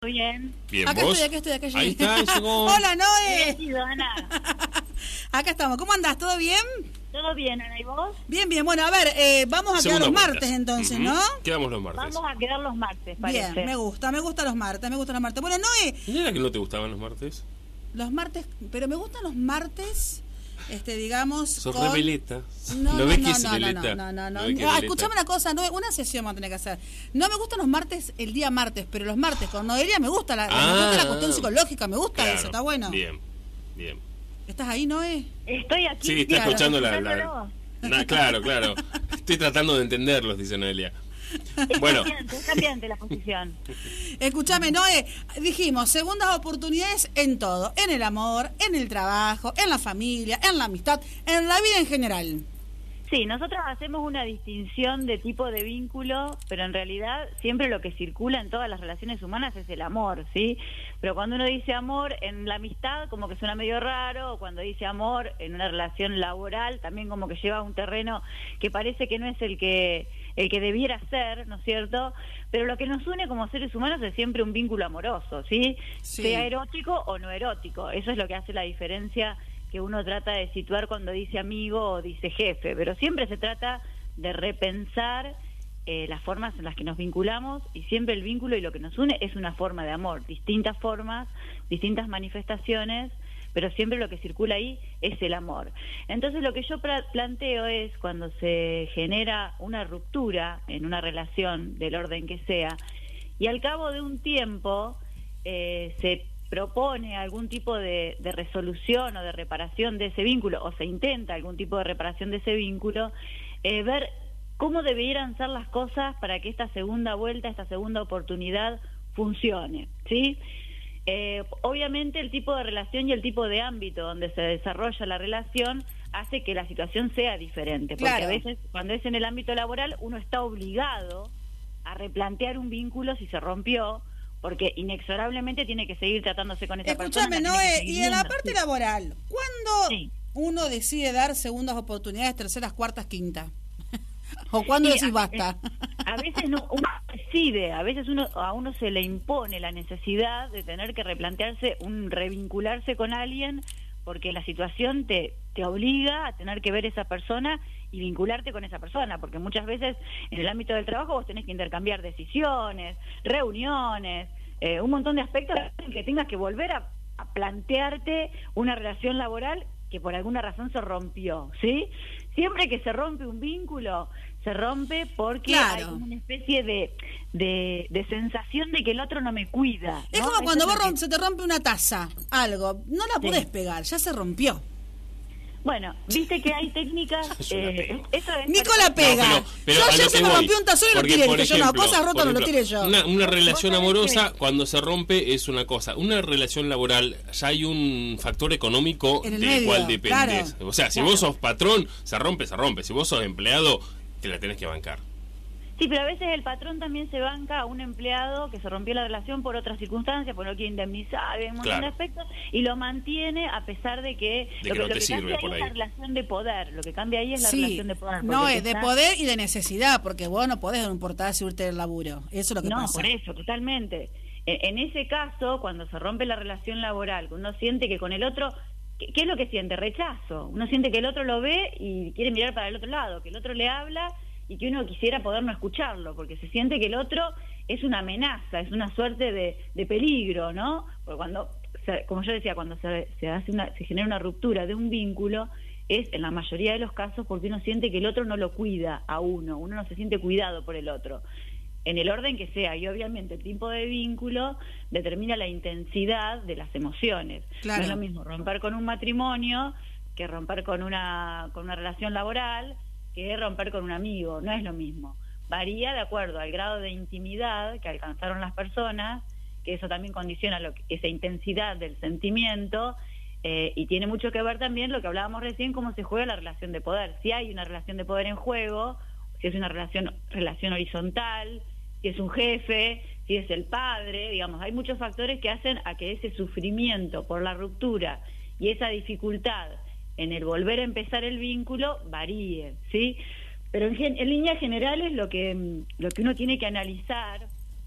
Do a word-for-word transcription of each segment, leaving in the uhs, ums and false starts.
Bien. Bien, acá ¿vos? estoy, acá estoy, acá estoy. Ahí está, llegó. Hola, Noé. Sí, Ana. Acá estamos. ¿Cómo andás? ¿Todo bien? ¿Todo bien, Ana? ¿Y vos? Bien, bien. Bueno, a ver, eh, vamos a Segunda quedar los vuelta. martes entonces, Ujú. ¿no? Quedamos los martes. Vamos a quedar los martes, parece. Bien, me gusta, me gustan los martes, me gustan los martes. Bueno, Noé, ¿No era que no te gustaban los martes? los martes, pero me gustan los martes, este, digamos, Sos con... rebeleta. No, ¿Lo no, ves no, que es no, no, veleta? no, no, no, ¿Lo ves que es Ah, veleta? escuchame una cosa, Noé, una sesión vamos a tener que hacer. No me gustan los martes el día martes, pero los martes con Noelia me gusta la, Ah, me gusta la cuestión psicológica, me gusta Claro, eso, está bueno. Bien, bien. ¿Estás ahí, Noé? Estoy aquí. Sí, está Claro. escuchando la... la... Escuchándolo. Na- claro, claro. Estoy tratando de entenderlos, dice Noelia. Es Bueno, cambiante, es cambiante la posición. Escúchame, Noé, dijimos, segundas oportunidades en todo, en el amor, en el trabajo, en la familia, en la amistad, en la vida en general. Sí, nosotros hacemos una distinción de tipo de vínculo, pero en realidad siempre lo que circula en todas las relaciones humanas es el amor, ¿sí? Pero cuando uno dice amor en la amistad, como que suena medio raro, o cuando dice amor en una relación laboral, también como que lleva a un terreno que parece que no es el que el que debiera ser, ¿no es cierto? Pero lo que nos une como seres humanos es siempre un vínculo amoroso, ¿sí? Sí. Sea erótico o no erótico, eso es lo que hace la diferencia que uno trata de situar cuando dice amigo o dice jefe, pero siempre se trata de repensar eh, las formas en las que nos vinculamos, y siempre el vínculo y lo que nos une es una forma de amor, distintas formas, distintas manifestaciones, pero siempre lo que circula ahí es el amor. Entonces lo que yo pra- planteo es, cuando se genera una ruptura en una relación del orden que sea, y al cabo de un tiempo eh, se propone algún tipo de, de resolución o de reparación de ese vínculo, o se intenta algún tipo de reparación de ese vínculo, eh, ver cómo debieran ser las cosas para que esta segunda vuelta, esta segunda oportunidad funcione, ¿sí? Eh, obviamente el tipo de relación y el tipo de ámbito donde se desarrolla la relación hace que la situación sea diferente, porque Claro. a veces cuando es en el ámbito laboral uno está obligado a replantear un vínculo si se rompió, porque inexorablemente tiene que seguir tratándose con esa Escúchame, persona. la tiene que Noé, seguir y en la viendo, parte sí. laboral, ¿cuándo Sí. uno decide dar segundas oportunidades, terceras, cuartas, quintas? ¿O cuándo Sí, decís a- basta? A veces no, uno decide, a veces uno a uno se le impone la necesidad de tener que replantearse, un revincularse con alguien, porque la situación te, te obliga a tener que ver esa persona y vincularte con esa persona, porque muchas veces en el ámbito del trabajo vos tenés que intercambiar decisiones, reuniones, eh, un montón de aspectos en que tengas que volver a, a plantearte una relación laboral que por alguna razón se rompió, ¿sí? Siempre que se rompe un vínculo, se rompe porque Claro. hay como una especie de, de, de sensación de que el otro no me cuida, Es ¿no? como Eso cuando es vos lo que- romp- se te rompe una taza, algo, no la Sí. podés pegar, ya se rompió. Bueno, viste que hay técnicas... Es una eh, pega. eso es Nico la pega. No, pero- pero yo a ayer lo se que me voy. rompió un tazón y lo Porque, tiré. por Dije yo, no, ejemplo, cosas rotas por no lo ejemplo, tiré yo. Una, una relación sabés amorosa, que- cuando se rompe, es una cosa. Una relación laboral, ya hay un factor económico En el del medio, cual dependés. claro. O sea, si Claro. vos sos patrón, se rompe, se rompe. Si vos sos empleado, te la tenés que bancar. Sí, pero a veces el patrón también se banca a un empleado que se rompió la relación por otras circunstancias, por no quiere indemnizar, hay un montón Claro. de aspectos, y lo mantiene a pesar de que, De lo que no lo te sirve cambia por ahí es ahí. la relación de poder, lo que cambia ahí es la Sí, relación de poder. no, porque es de está- poder y de necesidad, porque vos no podés dar un portazo y irte del laburo. Eso es lo que No, pasa. por eso, totalmente. En, en ese caso, cuando se rompe la relación laboral, uno siente que con el otro, ¿qué, qué es lo que siente? Rechazo. Uno siente que el otro lo ve y quiere mirar para el otro lado, que el otro le habla y que uno quisiera poder no escucharlo, porque se siente que el otro es una amenaza, es una suerte de, de peligro, ¿no? Porque cuando, se- como yo decía, cuando se, se hace una, se genera una ruptura de un vínculo, es en la mayoría de los casos porque uno siente que el otro no lo cuida a uno, uno no se siente cuidado por el otro, en el orden que sea, y obviamente el tipo de vínculo determina la intensidad de las emociones. Claro. No es lo mismo romper con un matrimonio que romper con una, con una relación laboral, que romper con un amigo, no es lo mismo. Varía de acuerdo al grado de intimidad que alcanzaron las personas, que eso también condiciona lo que, esa intensidad del sentimiento, eh, y tiene mucho que ver también lo que hablábamos recién, cómo se juega la relación de poder. Si hay una relación de poder en juego, si es una relación, relación horizontal, si es un jefe, si es el padre, digamos, hay muchos factores que hacen a que ese sufrimiento por la ruptura y esa dificultad en el volver a empezar el vínculo varíe, ¿sí? Pero en, en líneas generales lo que, lo que uno tiene que analizar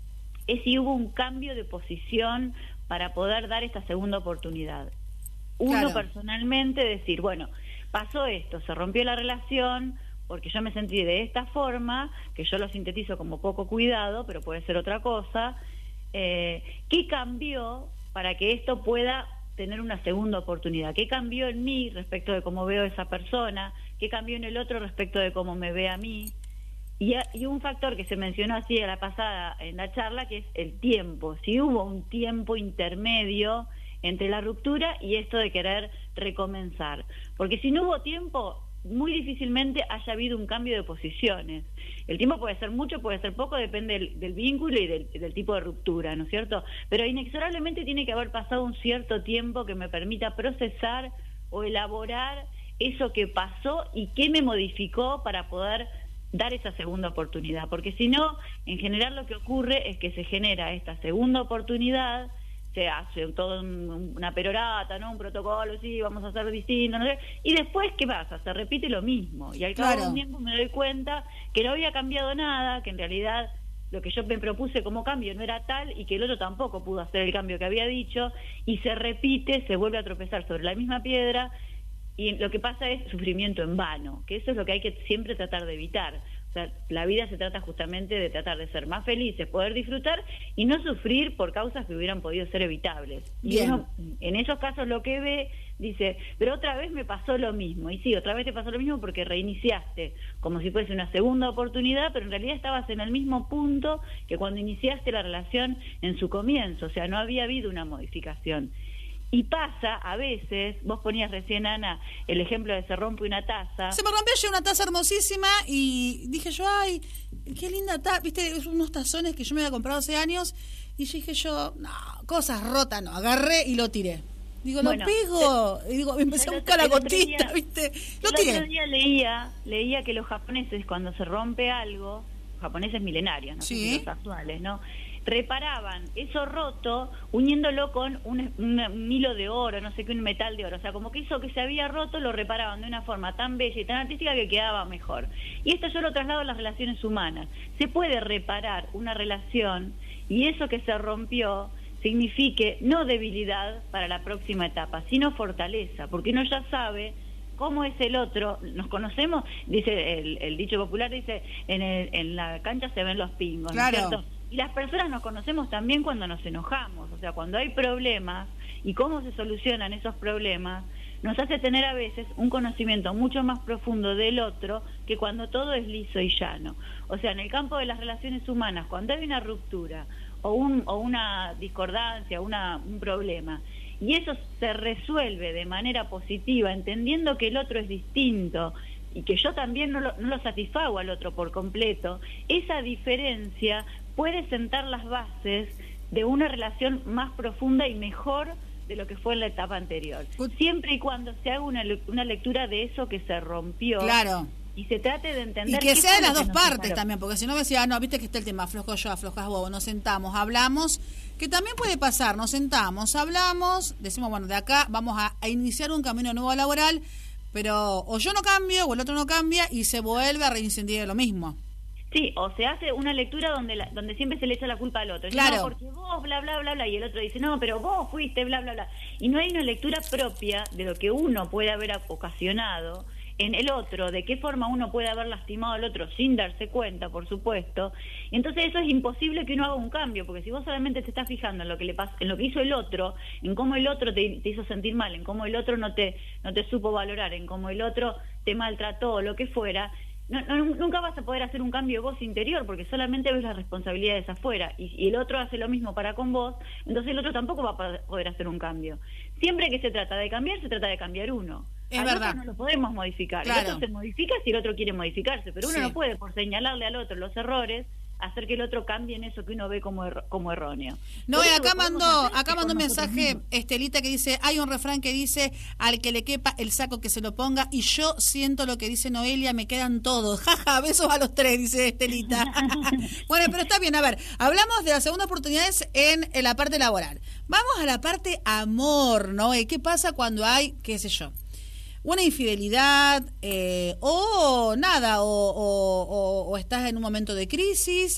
es si hubo un cambio de posición para poder dar esta segunda oportunidad. Uno Claro. personalmente decir, bueno, pasó esto, se rompió la relación porque yo me sentí de esta forma, que yo lo sintetizo como poco cuidado, pero puede ser otra cosa. Eh, ¿Qué cambió para que esto pueda tener una segunda oportunidad? ¿Qué cambió en mí respecto de cómo veo a esa persona? ¿Qué cambió en el otro respecto de cómo me ve a mí? Y, a, y un factor que se mencionó así a la pasada en la charla, que es el tiempo. Si hubo un tiempo intermedio entre la ruptura y esto de querer recomenzar. Porque si no hubo tiempo, muy difícilmente haya habido un cambio de posiciones. El tiempo puede ser mucho, puede ser poco, depende del, del vínculo y del, del tipo de ruptura, ¿no es cierto? Pero inexorablemente tiene que haber pasado un cierto tiempo que me permita procesar o elaborar eso que pasó y qué me modificó para poder dar esa segunda oportunidad. Porque si no, en general lo que ocurre es que se genera esta segunda oportunidad, se hace todo un, una perorata, ¿no? Un protocolo, sí, vamos a hacer distinto, no sé. Y después, ¿qué pasa? Se repite lo mismo. Y al cabo Claro. de un tiempo me doy cuenta que no había cambiado nada, que en realidad lo que yo me propuse como cambio no era tal y que el otro tampoco pudo hacer el cambio que había dicho, y se repite, se vuelve a tropezar sobre la misma piedra, y lo que pasa es sufrimiento en vano, que eso es lo que hay que siempre tratar de evitar. O sea, la vida se trata justamente de tratar de ser más felices, poder disfrutar y no sufrir por causas que hubieran podido ser evitables. Y Bien. uno, en esos casos, lo que ve, dice, pero otra vez me pasó lo mismo. Y sí, otra vez te pasó lo mismo porque reiniciaste, como si fuese una segunda oportunidad, pero en realidad estabas en el mismo punto que cuando iniciaste la relación en su comienzo. O sea, no había habido una modificación. Y pasa, a veces, vos ponías recién, Ana, el ejemplo de se rompe una taza. Se me rompió yo una taza hermosísima y dije yo, ay, qué linda taza, viste, es unos tazones que yo me había comprado hace años y yo dije yo, no, cosas rotas, no, agarré y lo tiré. Digo, Bueno, lo pego, y digo, empecé a el buscar la otro- el otro gotita, día- viste, lo El tiré. otro día leía, leía que los japoneses, cuando se rompe algo, japoneses milenarios, no sé Sí. si los actuales, ¿no? Reparaban eso roto uniéndolo con un, un, un hilo de oro, no sé qué, un metal de oro. O sea, como que eso que se había roto lo reparaban de una forma tan bella y tan artística que quedaba mejor. Y esto yo lo traslado a las relaciones humanas. Se puede reparar una relación y eso que se rompió signifique no debilidad para la próxima etapa, sino fortaleza, porque uno ya sabe cómo es el otro. Nos conocemos, dice el, el dicho popular, dice, en, el, en la cancha se ven los pingos, ¿no es Claro. cierto? Y las personas nos conocemos también cuando nos enojamos, o sea, cuando hay problemas y cómo se solucionan esos problemas, nos hace tener a veces un conocimiento mucho más profundo del otro que cuando todo es liso y llano. O sea, en el campo de las relaciones humanas, cuando hay una ruptura o, un, o una discordancia, una, un problema, y eso se resuelve de manera positiva, entendiendo que el otro es distinto y que yo también no lo, no lo satisfago al otro por completo, esa diferencia puede sentar las bases de una relación más profunda y mejor de lo que fue en la etapa anterior. Siempre y cuando se haga una, una lectura de eso que se rompió. Claro. Y se trate de entender... Y que qué sea fue de lo las que dos nos partes separó. también, porque si no me decía, ah, no, viste que está el tema, aflojo yo, aflojas vos, nos sentamos, hablamos, que también puede pasar, nos sentamos, hablamos, decimos, bueno, de acá vamos a, a iniciar un camino nuevo laboral, pero o yo no cambio o el otro no cambia y se vuelve a reincidir lo mismo. Sí, o se hace una lectura donde la, donde siempre se le echa la culpa al otro. Claro. No, porque vos, bla, bla, bla, bla, y el otro dice, no, pero vos fuiste, bla, bla, bla. Y no hay una lectura propia de lo que uno puede haber ocasionado en el otro, de qué forma uno puede haber lastimado al otro sin darse cuenta, por supuesto. Y entonces eso es imposible que uno haga un cambio, porque si vos solamente te estás fijando en lo que le pasó, en lo que hizo el otro, en cómo el otro te, te hizo sentir mal, en cómo el otro no te no te supo valorar, en cómo el otro te maltrató o lo que fuera, no, no, nunca vas a poder hacer un cambio vos interior, porque solamente ves las responsabilidades afuera, y, y el otro hace lo mismo para con vos, entonces el otro tampoco va a poder hacer un cambio. Siempre que se trata de cambiar, se trata de cambiar uno. Es al verdad. otro no lo podemos modificar. Claro. El otro se modifica si el otro quiere modificarse, pero uno Sí. no puede, por señalarle al otro los errores, hacer que el otro cambie en eso que uno ve como, erro- como erróneo. No, Por y eso acá lo podemos mandó, hacer acá con mandó un nosotros mensaje mismos. Estelita que dice, hay un refrán que dice, al que le quepa el saco que se lo ponga, y yo siento lo que dice Noelia, me quedan todos. Jaja, besos a los tres, dice Estelita. Bueno, pero está bien, a ver, hablamos de las segundas oportunidades en, en la parte laboral. Vamos a la parte amor, ¿no? ¿Y qué pasa cuando hay, qué sé yo, una infidelidad, eh, o nada, o, o, o, o estás en un momento de crisis,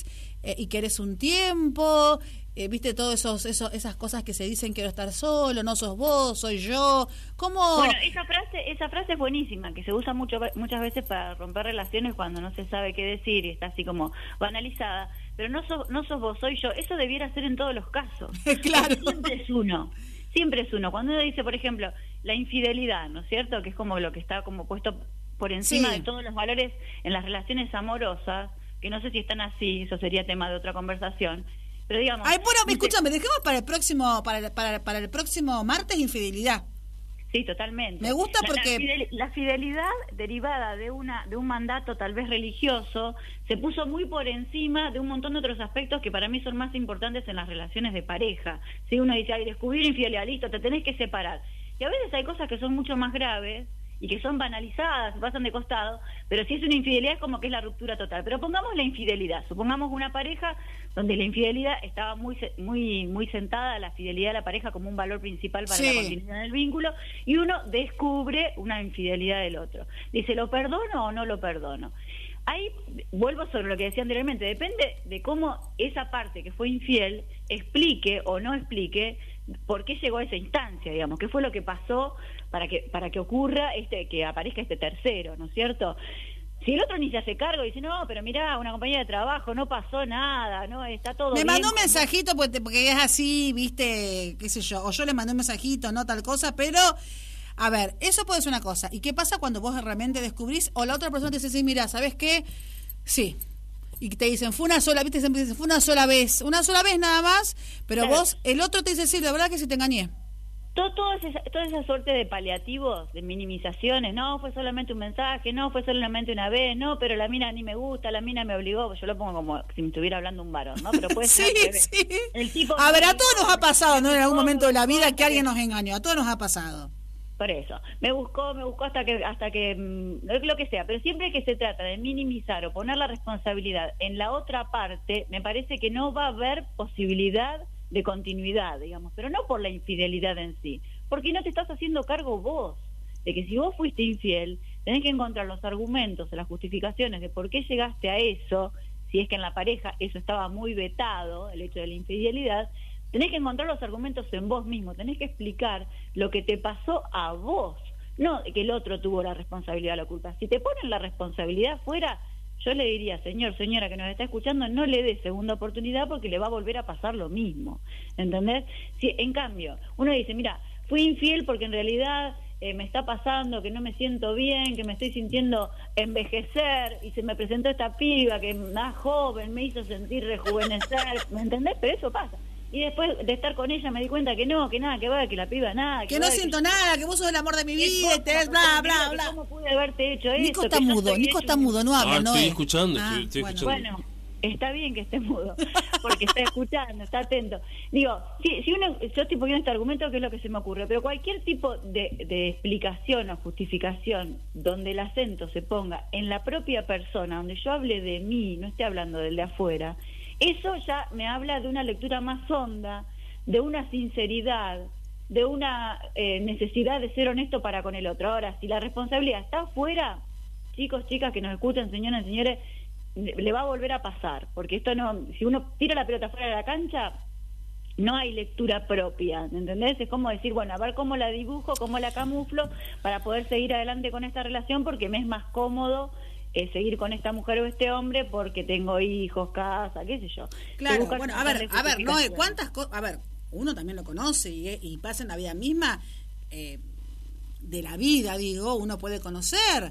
eh, y querés un tiempo, eh, viste, todas esos, esos, esas cosas que se dicen, quiero estar solo, no sos vos, soy yo. ¿Cómo? Bueno, esa frase, esa frase es buenísima, que se usa mucho, muchas veces para romper relaciones cuando no se sabe qué decir y está así como banalizada. Pero no sos, no sos vos, soy yo. Eso debiera ser en todos los casos. Claro. Porque siempre es uno. Siempre es uno. Cuando uno dice, por ejemplo, la infidelidad, ¿no es cierto? Que es como lo que está como puesto por encima Sí. de todos los valores en las relaciones amorosas, que no sé si están así, eso sería tema de otra conversación. Pero digamos... Ay, bueno, dice, escúchame, dejemos para el próximo, para, el- para, para el próximo martes infidelidad. sí, totalmente. Me gusta La- porque- La, fidel- la fidelidad derivada de una de un mandato tal vez religioso se puso muy por encima de un montón de otros aspectos que para mí son más importantes en las relaciones de pareja. Si uno dice, ay, descubrir infidelidad, listo, te tenés que separar. Y a veces hay cosas que son mucho más graves y que son banalizadas, pasan de costado, pero si es una infidelidad es como que es la ruptura total. Pero pongamos la infidelidad, supongamos una pareja donde la infidelidad estaba muy se- muy muy sentada, la fidelidad de la pareja como un valor principal para Sí. la continuidad del vínculo, y uno descubre una infidelidad del otro. Dice, ¿lo perdono o no lo perdono? Ahí vuelvo sobre lo que decía anteriormente, depende de cómo esa parte que fue infiel explique o no explique por qué llegó a esa instancia, digamos, qué fue lo que pasó para que para que ocurra este que aparezca este tercero, ¿no es cierto? Si el otro ni se hace cargo y dice, no, pero mirá, una compañía de trabajo, no pasó nada, no está todo Me bien. mandó un mensajito porque, porque es así, viste, qué sé yo, o yo le mandé un mensajito, no tal cosa, pero, a ver, eso puede ser una cosa. ¿Y qué pasa cuando vos realmente descubrís o la otra persona te dice, sí, mira, ¿sabes qué? Sí. Y te dicen, fue una sola, viste, siempre dicen, fue una sola vez, una sola vez nada más, pero Claro. vos, el otro te dice, sí, la verdad que sí te engañé. Todo, toda, esa, toda esa suerte de paliativos, de minimizaciones, no, fue solamente un mensaje, no, fue solamente una vez, no, pero la mina ni me gusta, la mina me obligó, yo lo pongo como si me estuviera hablando un varón, ¿no? Pero puede Sí, ser al revés. sí. El tipo A ver, a me todos obligó, nos ha pasado, ¿no? En algún me momento de la vida buscó que alguien hasta nos engañó, a todos nos ha pasado. Por eso, me buscó, me buscó hasta que, hasta que, mm, lo que sea, pero siempre que se trata de minimizar o poner la responsabilidad en la otra parte, me parece que no va a haber posibilidad de continuidad, digamos, pero no por la infidelidad en sí, porque no te estás haciendo cargo vos, de que si vos fuiste infiel, tenés que encontrar los argumentos, las justificaciones de por qué llegaste a eso, si es que en la pareja eso estaba muy vetado, el hecho de la infidelidad, tenés que encontrar los argumentos en vos mismo, tenés que explicar lo que te pasó a vos, no que el otro tuvo la responsabilidad o la culpa. Si te ponen la responsabilidad fuera, yo le diría, señor, señora que nos está escuchando, no le dé segunda oportunidad porque le va a volver a pasar lo mismo, ¿entendés? Si en cambio uno dice, mira, fui infiel porque en realidad eh, me está pasando que no me siento bien, que me estoy sintiendo envejecer y se me presentó esta piba que más joven me hizo sentir rejuvenecer, ¿me entendés? Pero eso pasa. Y después de estar con ella me di cuenta que no, que nada, que va, que la piba nada. Que no va, siento que... nada, que vos sos el amor de mi Y vida, vos, y tenés como bla, bla, persona, bla. ¿cómo pude haberte hecho Nico eso? está Que yo mudo, estoy Nico hecho está un- mudo, no habla, Ah, no estoy es. escuchando, Ah, estoy, estoy bueno. escuchando. Bueno, está bien que esté mudo, porque está escuchando, está atento. Digo, si, si uno, yo estoy poniendo este argumento que es lo que se me ocurre, pero cualquier tipo de, de explicación o justificación donde el acento se ponga en la propia persona, donde yo hable de mí, no esté hablando del de afuera, eso ya me habla de una lectura más honda, de una sinceridad, de una eh, necesidad de ser honesto para con el otro. Ahora, si la responsabilidad está afuera, chicos, chicas que nos escuchan, señoras, señores, le va a volver a pasar, porque esto no, si uno tira la pelota fuera de la cancha, no hay lectura propia, ¿entendés? Es como decir, bueno, a ver cómo la dibujo, cómo la camuflo para poder seguir adelante con esta relación, porque me es más cómodo eh, seguir con esta mujer o este hombre porque tengo hijos, casa, qué sé yo. Claro, Buscar bueno, a un ver, montón de a ver, no, justificaciones. ¿cuántas cosas? A ver, uno también lo conoce y, y pasa en la vida misma, eh, de la vida, digo, uno puede conocer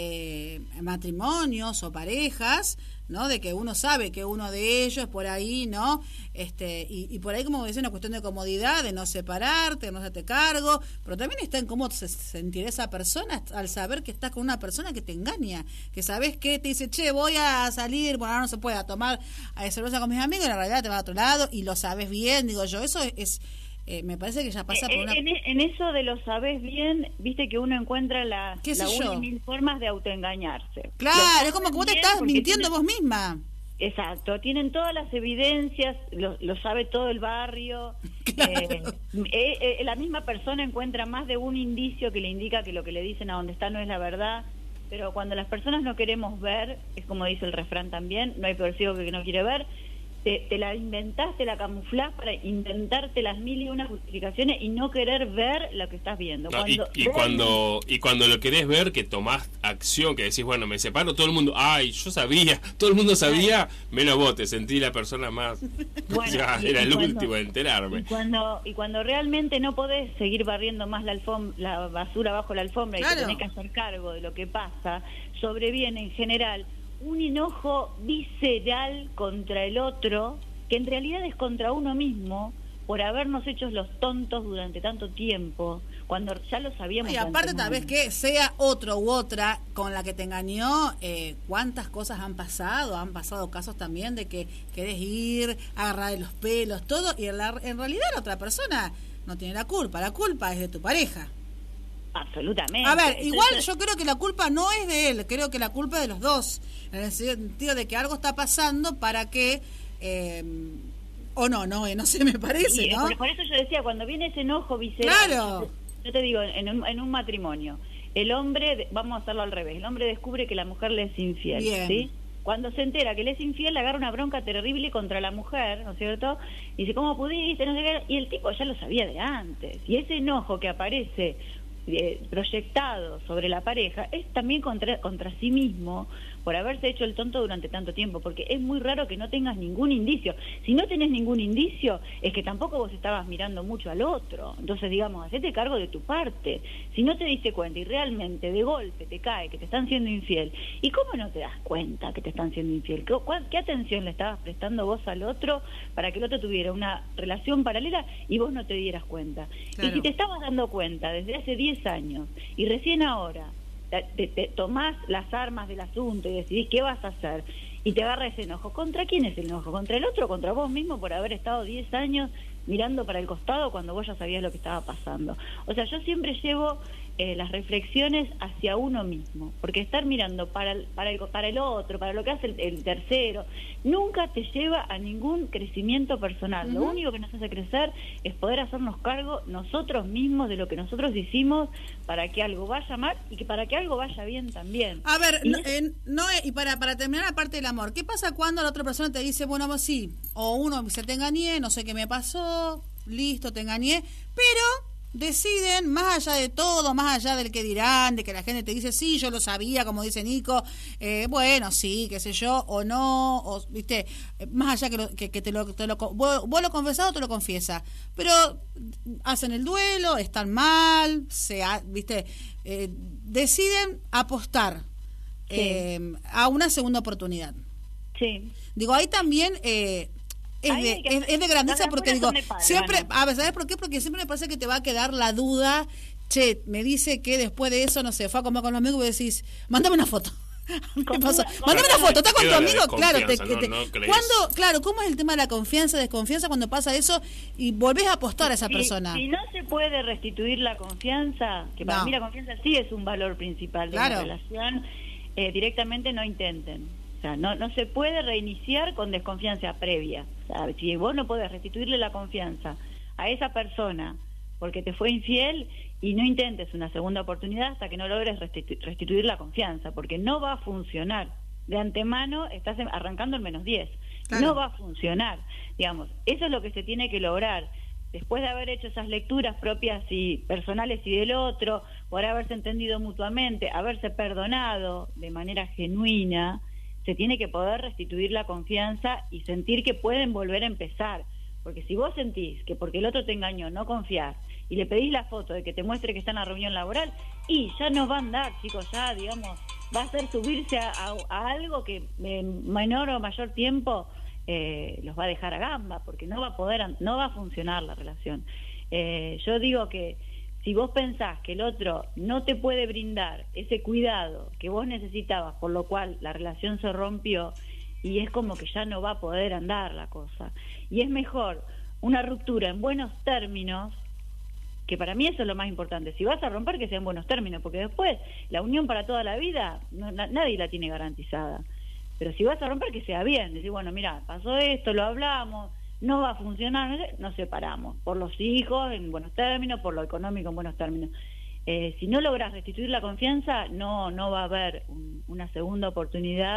eh, matrimonios o parejas, ¿no? De que uno sabe que uno de ellos por ahí, ¿no? Este, y, y por ahí, como decía, una cuestión de comodidad, de no separarte, de no hacerte cargo, pero también está en cómo se sentirá esa persona al saber que estás con una persona que te engaña, que sabes que te dice, che, voy a salir, bueno, ahora no se puede, a tomar a cerveza con mis amigos, y en realidad te vas a otro lado y lo sabes bien, digo yo, eso es... es eh, me parece que ya pasa Eh, por una... en, en eso de lo sabés bien, viste que uno encuentra la, ¿Qué sé la yo? una y mil formas de autoengañarse. Claro, Lo es como que vos te saben estás bien porque mintiendo tienen- vos misma. Exacto, tienen todas las evidencias, lo, lo sabe todo el barrio. Eh, eh, eh, la misma persona encuentra más de un indicio que le indica que lo que le dicen a donde está no es la verdad. Pero cuando las personas no queremos ver, es como dice el refrán también, no hay peor ciego que no quiere ver. te, te la inventás, te la camuflás para inventarte las mil y una justificaciones y no querer ver lo que estás viendo. No, cuando y, y cuando y cuando lo querés ver, que tomás acción, que decís, bueno, me separo, todo el mundo, ay, yo sabía, todo el mundo sabía, menos vos, te sentí la persona más, bueno, ya, y, era y el cuando, último en enterarme. Y cuando, y cuando realmente no podés seguir barriendo más la, alfom la basura bajo la alfombra, claro, y te tenés que hacer cargo de lo que pasa, sobreviene en general un enojo visceral contra el otro, que en realidad es contra uno mismo, por habernos hecho los tontos durante tanto tiempo, cuando ya lo sabíamos. Y aparte tal vez que sea otro u otra con la que te engañó, eh, cuántas cosas han pasado, han pasado casos también de que querés ir, agarrar de los pelos, todo, y en, la, en realidad la otra persona no tiene la culpa, la culpa es de tu pareja. Absolutamente. A ver, igual yo creo que la culpa no es de él, creo que la culpa es de los dos, en el sentido de que algo está pasando para que... Eh, o no, no, no sé, me parece, y, ¿no? Por, por eso yo decía, cuando viene ese enojo visceral, claro, yo, yo te digo, en un, en un matrimonio, el hombre, vamos a hacerlo al revés, el hombre descubre que la mujer le es infiel, bien, ¿sí? Cuando se entera que le es infiel, le agarra una bronca terrible contra la mujer, ¿no es cierto? Y dice, ¿cómo pudiste? No sé qué. Y el tipo ya lo sabía de antes. Y ese enojo que aparece eh, proyectado sobre la pareja es también contra, contra sí mismo, por haberse hecho el tonto durante tanto tiempo, porque es muy raro que no tengas ningún indicio. Si no tenés ningún indicio, es que tampoco vos estabas mirando mucho al otro. Entonces, digamos, hacete cargo de tu parte. Si no te diste cuenta y realmente de golpe te cae que te están siendo infiel, ¿y cómo no te das cuenta que te están siendo infiel? ¿Qué, cuál, qué atención le estabas prestando vos al otro para que el otro tuviera una relación paralela y vos no te dieras cuenta? Claro. Y si te estabas dando cuenta desde hace diez años y recién ahora Te, te tomás las armas del asunto y decidís qué vas a hacer y te agarra ese enojo, ¿contra quién es el enojo? ¿Contra el otro o contra vos mismo por haber estado diez años mirando para el costado cuando vos ya sabías lo que estaba pasando? O sea, yo siempre llevo eh, las reflexiones hacia uno mismo, porque estar mirando para el, para el, para el otro, para lo que hace el, el tercero, nunca te lleva a ningún crecimiento personal. Uh-huh. Lo único que nos hace crecer es poder hacernos cargo nosotros mismos de lo que nosotros hicimos para que algo vaya mal y que para que algo vaya bien también. A ver, no, eh, no, y para, para terminar la parte del amor, ¿qué pasa cuando la otra persona te dice, bueno, vos sí, o uno dice, te engañé, no sé qué me pasó, listo, te engañé, pero deciden, más allá de todo, más allá del que dirán, de que la gente te dice, sí, yo lo sabía, como dice Nico, eh, bueno, sí, qué sé yo, o no, o, viste, más allá que, lo, que, que te lo, te lo vos, vos lo confesás o te lo confiesa, pero hacen el duelo, están mal, se, viste, eh, deciden apostar sí. eh, a una segunda oportunidad. Sí. Digo, ahí también... Eh, Es de, es, es de grandeza porque digo, siempre, a ver, ¿sabes por qué? Porque siempre me parece que te va a quedar la duda, che, me dice que después de eso, no sé, fue a comer con los amigos y decís, mándame una foto. ¿Qué pasó? Mándame una foto, ¿estás con tu amigo? Claro, te, te, te, no, no cuando, claro, ¿cómo es el tema de la confianza, desconfianza cuando pasa eso y volvés a apostar a esa si, persona? Si no se puede restituir la confianza, que para no. mí la confianza sí es un valor principal de claro. una relación, eh, directamente no intenten. O sea, no, no se puede reiniciar con desconfianza previa. O sea, si vos no podés restituirle la confianza a esa persona porque te fue infiel, y no intentes una segunda oportunidad hasta que no logres restitu- restituir la confianza, porque no va a funcionar. De antemano estás arrancando en menos diez. Claro. No va a funcionar. Digamos, eso es lo que se tiene que lograr. Después de haber hecho esas lecturas propias y personales y del otro, por haberse entendido mutuamente, haberse perdonado de manera genuina, se tiene que poder restituir la confianza y sentir que pueden volver a empezar. Porque si vos sentís que porque el otro te engañó, no confiás, y le pedís la foto de que te muestre que está en la reunión laboral, y ya no va a andar, chicos, ya, digamos, va a ser subirse a, a, a algo que en menor o mayor tiempo eh, los va a dejar a gamba, porque no va a poder, no va a funcionar la relación. Eh, yo digo que si vos pensás que el otro no te puede brindar ese cuidado que vos necesitabas, por lo cual la relación se rompió, y es como que ya no va a poder andar la cosa. Y es mejor una ruptura en buenos términos, que para mí eso es lo más importante. Si vas a romper, que sea en buenos términos, porque después la unión para toda la vida, no, na, nadie la tiene garantizada. Pero si vas a romper, que sea bien. Decir, bueno, mira, pasó esto, lo hablamos, no va a funcionar, nos separamos. Por los hijos, en buenos términos, por lo económico, en buenos términos. Eh, si no logras restituir la confianza, no, no va a haber un, una segunda oportunidad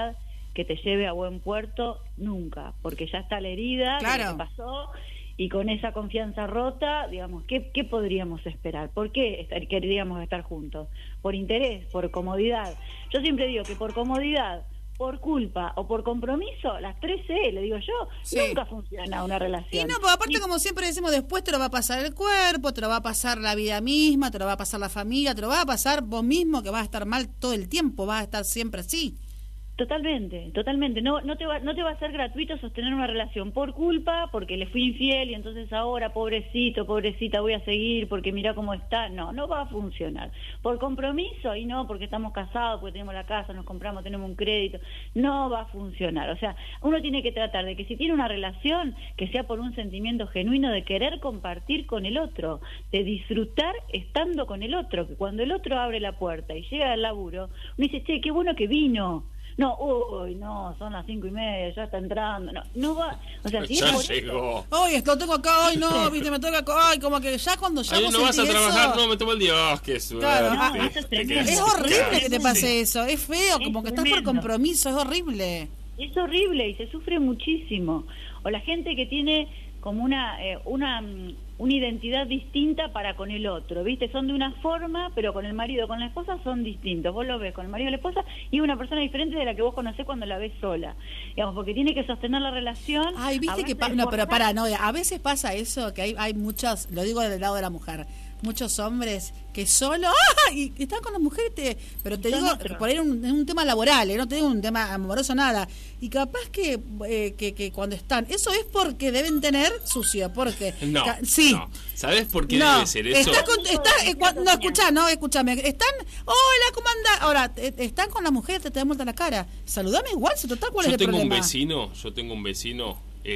que te lleve a buen puerto nunca, porque ya está la herida, claro. de lo que pasó, y con esa confianza rota, digamos, ¿qué, qué podríamos esperar? ¿Por qué estar, queríamos estar juntos? ¿Por interés? ¿Por comodidad? Yo siempre digo que por comodidad, por culpa o por compromiso, las tres C, le digo yo, sí. nunca funciona una relación. Y no, porque aparte, y, como siempre decimos, después te lo va a pasar el cuerpo, te lo va a pasar la vida misma, te lo va a pasar la familia, te lo va a pasar vos mismo, que vas a estar mal todo el tiempo, vas a estar siempre así. Totalmente, totalmente. No, no te va, no te va a ser gratuito sostener una relación por culpa, porque le fui infiel y entonces ahora, pobrecito, pobrecita, voy a seguir porque mira cómo está. No, no va a funcionar. Por compromiso, y no porque estamos casados, porque tenemos la casa, nos compramos, tenemos un crédito. No va a funcionar. O sea, uno tiene que tratar de que si tiene una relación, que sea por un sentimiento genuino de querer compartir con el otro, de disfrutar estando con el otro, que cuando el otro abre la puerta y llega al laburo, uno dice, che, qué bueno que vino. No, uy, no, son las cinco y media, ya está entrando. No, no va. O sea, si ya es por llegó. Ay, esto lo tengo acá, ay, no, viste, me toca acá, ay, como que ya cuando ya ay, vos no vas a trabajar, eso, no, me tomo el día. Oh, qué suerte. Claro, no, eso es tremendo. Es horrible que te pase eso, es feo, es como que estás tremendo. por compromiso, es horrible. Es horrible y se sufre muchísimo. O la gente que tiene como una eh, una una identidad distinta para con el otro, ¿viste? Son de una forma, pero con el marido, con la esposa son distintos. Vos lo ves con el marido y la esposa y es una persona diferente de la que vos conocés cuando la ves sola. Digamos, porque tiene que sostener la relación. Ay, ¿viste que pasa? No, pero para, no, a veces pasa eso, que hay hay muchos, lo digo del lado de la mujer, muchos hombres que solo ¡ah! y están con la mujer, te, pero te digo, otro. por ahí es un, un tema laboral, ¿eh? No te digo un tema amoroso, nada. Y capaz que, eh, que, que cuando están, eso es porque deben tener sucio, porque... No, ca, sí. no. ¿Sabes por qué no, debe ser eso? Está con, está, eh, cuando, no, escuchá, no, escúchame. Están, hola, ¿cómo andás? Ahora, eh, están con la mujer, te te dan vuelta la cara. Saludame igual, si total, ¿cuál yo es el tengo problema? un vecino, yo tengo un vecino...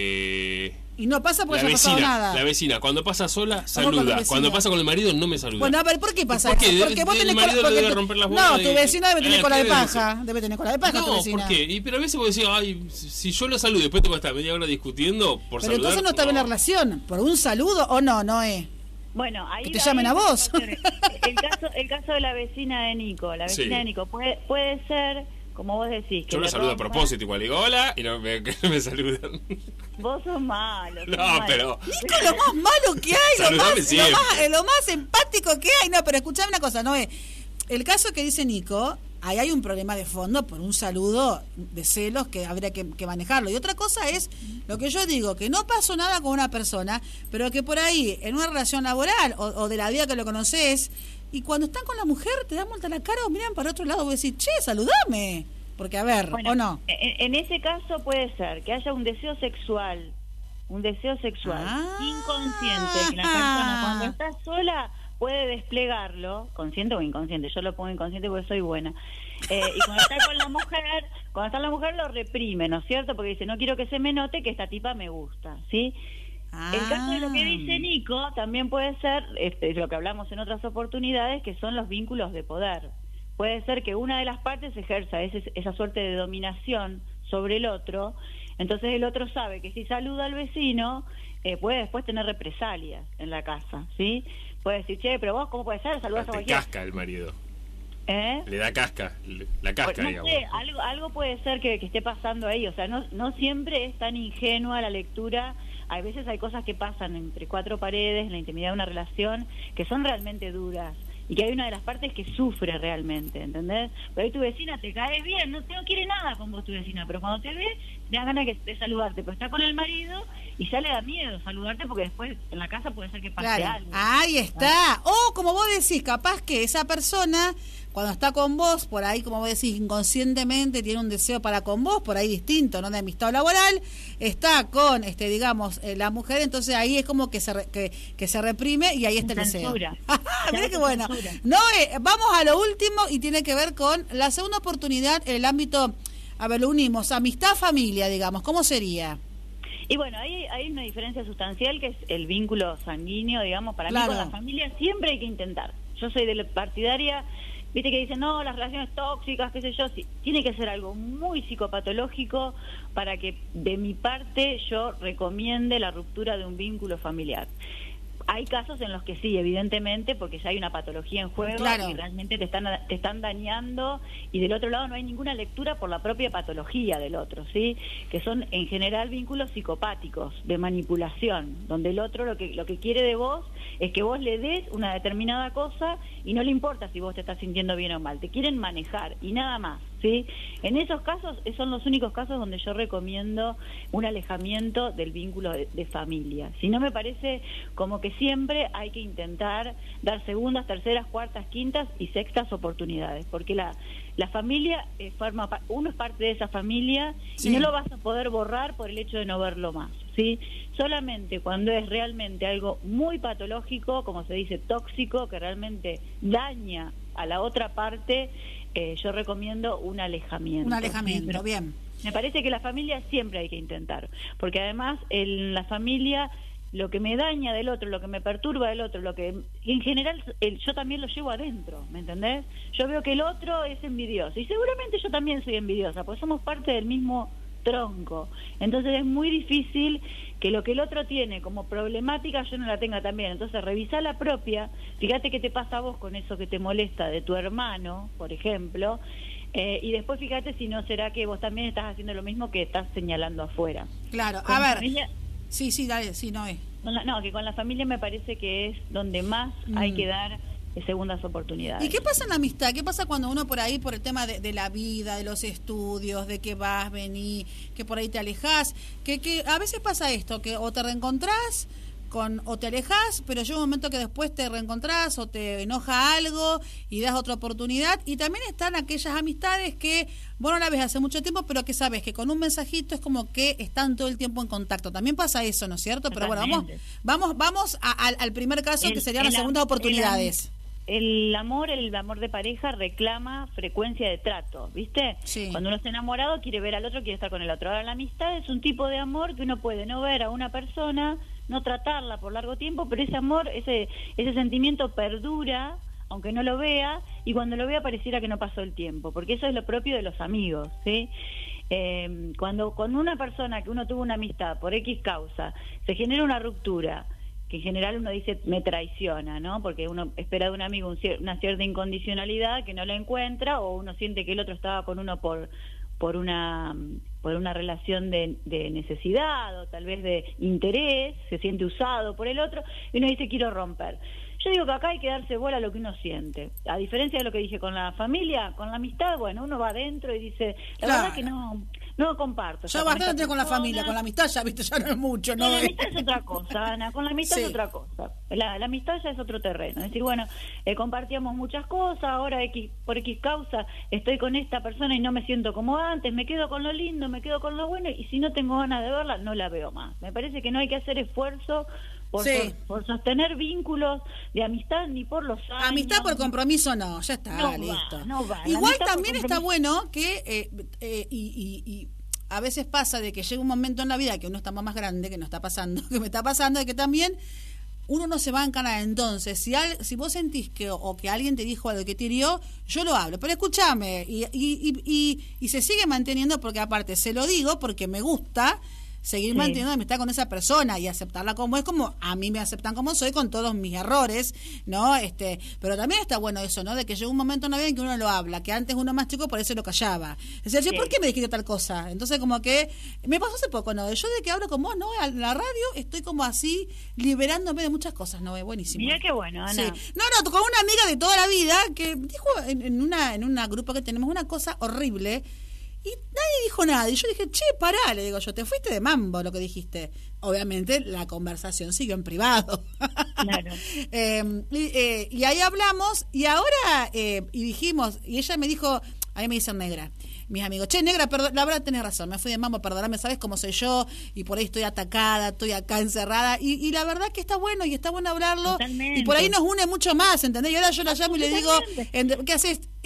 Eh, y no pasa porque la no ha vecina, pasado nada. La vecina, cuando pasa sola, saluda. saluda. Cuando pasa con el marido, no me saluda. Bueno, a ver, ¿por qué pasa ¿Por qué? eso? Porque Debe, vos tenés el marido cola, le debe tu, romper las bolas. No, tu vecina debe tener eh, cola de debe paja. ser? Debe tener cola de paja no, tu vecina. ¿por qué? Y, pero a veces vos decís, ay, si yo lo saludo y después te vas a estar media hora discutiendo por pero saludar. entonces no está bien no. la relación. ¿Por un saludo o no? No es. Bueno, ahí que te llamen a vos. El caso, el caso de la vecina de Nico, la vecina sí. de Nico, puede, puede ser, como vos decís, que yo lo saludo a propósito, igual digo hola y no me, me saludan. Vos sos malo. Sos no, malo. pero... Nico, lo más malo que hay, lo más, lo, más, lo más empático que hay. No, pero escuchame una cosa, no es... El caso que dice Nico, ahí hay un problema de fondo por un saludo de celos que habría que, que manejarlo. Y otra cosa es lo que yo digo, que no pasó nada con una persona, pero que por ahí, en una relación laboral o, o de la vida que lo conoces, y cuando están con la mujer te dan vuelta la cara o miran para otro lado y vos decís, che, saludame. Porque, a ver, bueno, ¿o no? En, en ese caso puede ser que haya un deseo sexual, un deseo sexual ah, inconsciente, que la persona cuando está sola puede desplegarlo, consciente o inconsciente, yo lo pongo inconsciente porque soy buena, eh, y cuando está con la mujer, cuando está la mujer lo reprime, ¿no es cierto? Porque dice, no quiero que se me note que esta tipa me gusta, ¿sí? Ah. El caso de lo que dice Nico también puede ser, este, lo que hablamos en otras oportunidades, que son los vínculos de poder. Puede ser que una de las partes ejerza ese, esa suerte de dominación sobre el otro, entonces el otro sabe que si saluda al vecino, eh, puede después tener represalias en la casa, ¿sí? Puede decir, che, pero vos, ¿cómo puede ser? Saludás a cualquiera. casca el marido. ¿Eh? Le da casca, la casca, no digamos. sé, algo, algo puede ser que, que esté pasando ahí, o sea, no, no siempre es tan ingenua la lectura. A veces hay cosas que pasan entre cuatro paredes, en la intimidad de una relación, que son realmente duras. Y que hay una de las partes que sufre realmente, ¿entendés? Pero ahí tu vecina te cae bien, no, no quiere nada con vos tu vecina, pero cuando te ve, te da ganas de saludarte, pero está con el marido y ya le da miedo saludarte porque después en la casa puede ser que pase claro. algo. Ahí está. O como vos decís, capaz que esa persona, cuando está con vos, por ahí, como vos decís, inconscientemente tiene un deseo para con vos, por ahí distinto, no de amistad laboral, está con, este digamos, eh, la mujer, entonces ahí es como que se re, que, que se reprime y ahí está el deseo. Mirá qué bueno. No, eh, vamos a lo último y tiene que ver con la segunda oportunidad en el ámbito, a ver, lo unimos, amistad, familia, digamos, ¿cómo sería? Y bueno, ahí hay una diferencia sustancial que es el vínculo sanguíneo, digamos, para claro. mí con la familia siempre hay que intentar. Yo soy de la partidaria, viste que dicen, no, las relaciones tóxicas, qué sé yo, sí, tiene que ser algo muy psicopatológico para que de mi parte yo recomiende la ruptura de un vínculo familiar. hay casos en los que sí, evidentemente, porque ya hay una patología en juego, claro, y realmente te están te están dañando, y del otro lado no hay ninguna lectura por la propia patología del otro, ¿sí? Que son en general vínculos psicopáticos, de manipulación, donde el otro lo que lo que quiere de vos es que vos le des una determinada cosa y no le importa si vos te estás sintiendo bien o mal, te quieren manejar y nada más, ¿sí? En esos casos son los únicos casos donde yo recomiendo un alejamiento del vínculo de, de familia. Si no, me parece como que siempre hay que intentar dar segundas, terceras, cuartas, quintas y sextas oportunidades, porque la la familia eh, forma uno es parte de esa familia, sí, y no lo vas a poder borrar por el hecho de no verlo más, ¿sí? Solamente cuando es realmente algo muy patológico, como se dice, tóxico, que realmente daña a la otra parte, eh, yo recomiendo un alejamiento. Un alejamiento, ¿sí? Bien. Me parece que la familia siempre hay que intentar, porque además en la familia lo que me daña del otro, lo que me perturba del otro, lo que en general el, yo también lo llevo adentro, ¿me entendés? Yo veo que el otro es envidioso y seguramente yo también soy envidiosa, porque somos parte del mismo tronco. Entonces es muy difícil que lo que el otro tiene como problemática yo no la tenga también. Entonces revisá la propia, fíjate qué te pasa a vos con eso que te molesta de tu hermano, por ejemplo, eh, y después fíjate si no será que vos también estás haciendo lo mismo que estás señalando afuera. Claro, con a ver... Familia, Sí, sí, dale, sí, no es. No, que con la familia me parece que es donde más mm. hay que dar segundas oportunidades. ¿Y qué pasa en la amistad? ¿Qué pasa cuando uno por ahí, por el tema de, de la vida, de los estudios, de que vas, venís, que por ahí te alejás? Que, que a veces pasa esto, que o te reencontrás con, o te alejás, pero llega un momento que después te reencontrás o te enoja algo y das otra oportunidad. Y también están aquellas amistades que vos no la ves hace mucho tiempo, pero que sabes que con un mensajito es como que están todo el tiempo en contacto. También pasa eso, ¿no es cierto? Pero bueno, vamos vamos vamos a, a, al primer caso, el, que serían las segundas oportunidades. El, el amor, el amor de pareja reclama frecuencia de trato, ¿viste? Sí. Cuando uno está enamorado quiere ver al otro, quiere estar con el otro. Ahora la amistad es un tipo de amor que uno puede no ver a una persona, no tratarla por largo tiempo, pero ese amor, ese ese sentimiento perdura, aunque no lo vea, y cuando lo vea pareciera que no pasó el tiempo, porque eso es lo propio de los amigos, ¿sí? Eh, cuando con una persona que uno tuvo una amistad por X causa, se genera una ruptura, que en general uno dice me traiciona, ¿no? Porque uno espera de un amigo un cier- una cierta incondicionalidad que no la encuentra, o uno siente que el otro estaba con uno por por una por una relación de, de necesidad o tal vez de interés, se siente usado por el otro y uno dice quiero romper. Yo digo que acá hay que darse bola a lo que uno siente. A diferencia de lo que dije con la familia, con la amistad, bueno, uno va adentro y dice, la claro. verdad que no no comparto. Ya bastante con, con la familia, con la amistad ya, viste, ya no es mucho, ¿no? No, la amistad es otra cosa, Ana, con la amistad sí. es otra cosa. La, la amistad ya es otro terreno. Es decir, bueno, eh, compartíamos muchas cosas, ahora X, por X causa estoy con esta persona y no me siento como antes, me quedo con lo lindo, me quedo con lo bueno, y si no tengo ganas de verla, no la veo más. Me parece que no hay que hacer esfuerzo Por, sí. por, por sostener vínculos de amistad ni por los años. Amistad por compromiso no, ya está, no listo. Va, no va. Igual también está bueno que, eh, eh, y, y, y a veces pasa de que llega un momento en la vida que uno está más grande, que no está pasando, que me está pasando, de que también uno no se va a encanar. Entonces, si al, si vos sentís que o que alguien te dijo algo que te hirió, yo lo hablo, pero escúchame, y, y, y, y, y se sigue manteniendo, porque aparte se lo digo porque me gusta seguir sí. manteniendo amistad con esa persona y aceptarla como es, como a mí me aceptan como soy, con todos mis errores, ¿no? Este, pero también está bueno eso, ¿no? De que llega un momento en la vida en que uno lo habla, que antes uno más chico por eso lo callaba. Es decir, sí. ¿por qué me dijiste tal cosa? Entonces como que me pasó hace poco, ¿no? Yo de que hablo con vos, ¿no? En la radio estoy como así liberándome de muchas cosas, ¿no? Es buenísimo. Mira qué bueno, Ana. Sí. No, no, con una amiga de toda la vida que dijo en, en una en un grupo que tenemos una cosa horrible. Y nadie dijo nada. Y yo dije, che, pará, le digo yo, te fuiste de mambo lo que dijiste. Obviamente la conversación siguió en privado. Claro. eh, y, eh, y ahí hablamos, y ahora, eh, y dijimos, y ella me dijo, a mí me dicen negra, mis amigos, che, negra, perdón, la verdad tenés razón, me fui de mambo, perdóname, sabes cómo soy yo, y por ahí estoy atacada, estoy acá encerrada, y, y la verdad que está bueno, y está bueno hablarlo, Totalmente. y por ahí nos une mucho más, ¿entendés? Y ahora yo la llamo y le digo, ¿qué haces? Eh,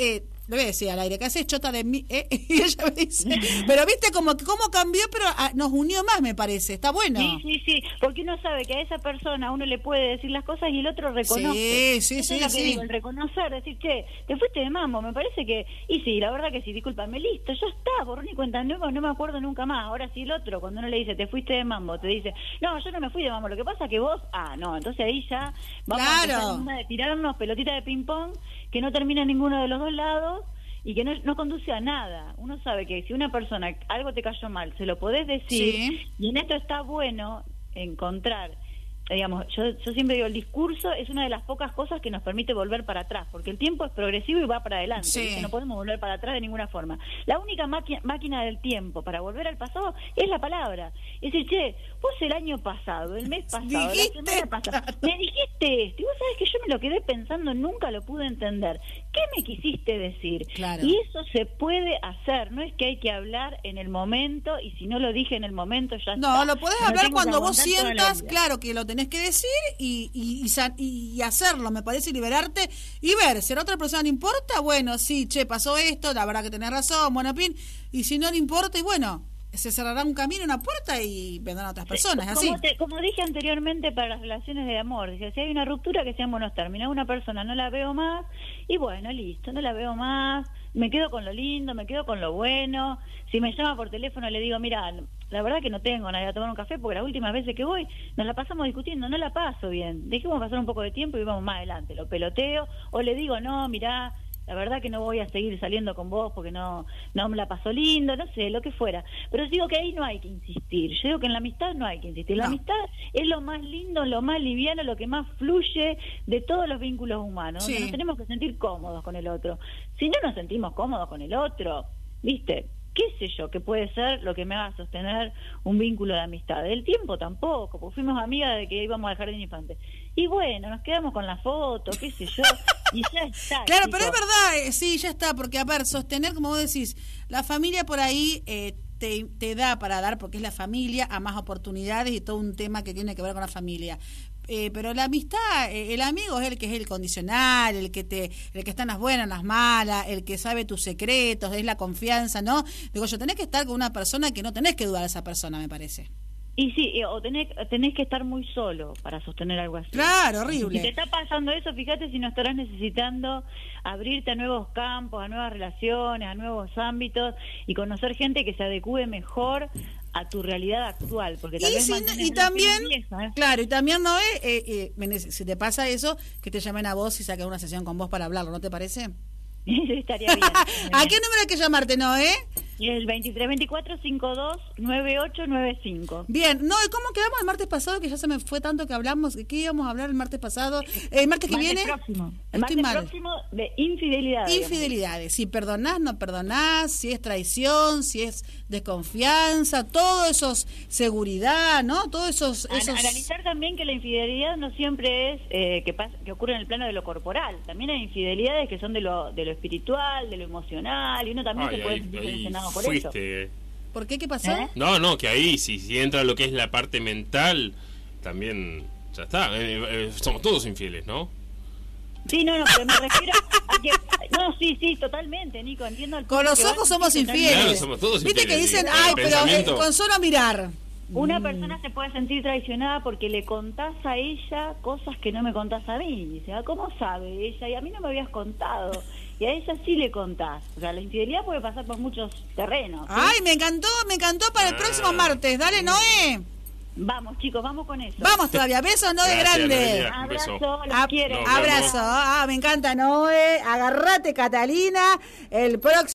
le voy a decir al aire, ¿qué haces chota de mí? ¿Eh? Y ella me dice, pero viste como cómo cambió, pero a, nos unió más, me parece, está bueno. Sí, sí, sí, porque uno sabe que a esa persona uno le puede decir las cosas y el otro reconoce. Sí, sí, Eso sí, es lo que sí. digo, el reconocer, decir, che, te fuiste de mambo, me parece que, y sí, la verdad que sí, discúlpame, listo, ya está, borrón y cuenta nueva, no me acuerdo nunca más. Ahora sí el otro, cuando uno le dice, te fuiste de mambo, te dice, no, yo no me fui de mambo, lo que pasa es que vos, ah, no, entonces ahí ya vamos Claro. a empezar en una de tirarnos pelotitas de ping-pong que no termina en ninguno de los dos lados y que no, no conduce a nada. Uno sabe que si una persona, algo te cayó mal, se lo podés decir, Sí. y en esto está bueno encontrar, digamos, yo, yo siempre digo, el discurso es una de las pocas cosas que nos permite volver para atrás, porque el tiempo es progresivo y va para adelante, Sí. ¿viste? No podemos volver para atrás de ninguna forma. La única máquina, máquina del tiempo para volver al pasado es la palabra. Es decir, che, vos el año pasado, el mes pasado, Dijiste, la semana pasada, claro. me dijiste esto, y vos sabés que yo me lo quedé pensando, nunca lo pude entender. ¿Qué me quisiste decir? Claro. Y eso se puede hacer, no es que hay que hablar en el momento, y si no lo dije en el momento ya No, está. lo podés No hablar tengo que cuando vos aguantar toda la sientas, vida. claro, que lo tenés que decir y, y, y, sa- y hacerlo, me parece, liberarte y ver, si a la otra persona le importa, bueno, sí, che, pasó esto, la verdad que tenés razón, bueno, pin, y si no le importa, y bueno, se cerrará un camino, una puerta y vendrán otras personas, es así. Como, te- como dije anteriormente para las relaciones de amor, dije, si hay una ruptura que sea en buenos términos, una persona no la veo más y bueno, listo, no la veo más, me quedo con lo lindo, me quedo con lo bueno, si me llama por teléfono le digo, mira, la verdad que no tengo nadie a tomar un café porque las últimas veces que voy nos la pasamos discutiendo, no la paso bien, dejemos pasar un poco de tiempo y vamos más adelante, lo peloteo o le digo, no, mirá, la verdad que no voy a seguir saliendo con vos porque no no me la pasó lindo, no sé, lo que fuera. Pero digo que ahí no hay que insistir. Yo digo que en la amistad no hay que insistir. La No. amistad es lo más lindo, lo más liviano, lo que más fluye de todos los vínculos humanos. Sí. Donde nos tenemos que sentir cómodos con el otro. Si no nos sentimos cómodos con el otro, ¿viste? ¿Qué sé yo? Que puede ser lo que me haga sostener un vínculo de amistad. El tiempo tampoco, porque fuimos amigas de que íbamos al jardín infante. Y bueno, nos quedamos con la foto, qué sé yo, y ya está. Claro, chicos. pero es verdad, eh, sí, ya está, porque a ver, sostener, como vos decís, la familia por ahí eh, te, te da para dar, porque es la familia, a más oportunidades y todo un tema que tiene que ver con la familia. Eh, pero la amistad, eh, el amigo es el que es el condicional, el que te, el que está en las buenas, en las malas, el que sabe tus secretos, es la confianza, ¿no? Digo, yo tenés que estar con una persona que no tenés que dudar de esa persona, me parece. Y sí, eh, o tenés, tenés que estar muy solo para sostener algo así. Claro, Si horrible. te está pasando eso, fíjate si no estarás necesitando abrirte a nuevos campos, a nuevas relaciones, a nuevos ámbitos y conocer gente que se adecue mejor a tu realidad actual, porque tal Y, vez si no- mantienes y también, relaciones viejas, ¿eh? claro, y también, Noé, eh, eh, me- si te pasa eso, que te llamen a vos y saquen una sesión con vos para hablarlo, ¿no te parece? Estaría bien. ¿A qué número hay que llamarte, Noé? Y el veintitrés veinticuatro cincuenta y dos noventa y ocho noventa y cinco. Bien, no, ¿y cómo quedamos el martes pasado? Que ya se me fue tanto que hablamos. ¿Qué íbamos a hablar el martes pasado? ¿El martes que Martes viene? próximo. Estoy El martes mal. próximo de infidelidad. digamos. Infidelidades. Si perdonás, no perdonás, si es traición, si es desconfianza, todo esos seguridad, ¿no? Todos esos... An- esos... Analizar también que la infidelidad no siempre es eh, que, pasa, que ocurre en el plano de lo corporal. También hay infidelidades que son de lo, de lo espiritual, de lo emocional, y uno también Ay, se puede ahí, sentir ahí traicionado por fuiste. eso. ¿Por qué? ¿Qué pasó? ¿Eh? No, no, que ahí si, si entra lo que es la parte mental, también ya está. Eh, eh, somos todos infieles, ¿no? Sí, no, no, pero me refiero a que... No, sí, sí, totalmente, Nico, entiendo el Con punto los que vas, ojos somos sí, totalmente. infieles. Claro, somos todos Viste que infieles, dicen, digo, ay, el pero eh, pensamiento- con solo mirar. Una persona se puede sentir traicionada porque le contás a ella cosas que no me contás a mí. Dice, ah, ¿cómo sabe ella? Y a mí no me habías contado. Y a ella sí le contás. O sea, la infidelidad puede pasar por muchos terrenos. ¿sí? Ay, me encantó, me encantó para el Ah. próximo martes. Dale, Noé. Vamos, chicos, vamos con eso. Vamos todavía. Besos, Noé, Gracias, grande. Noelia. Un beso. Abrazo, los Ab- quiero. Nos vemos. abrazo. Ah, me encanta, Noé. Agarrate, Catalina. El próximo.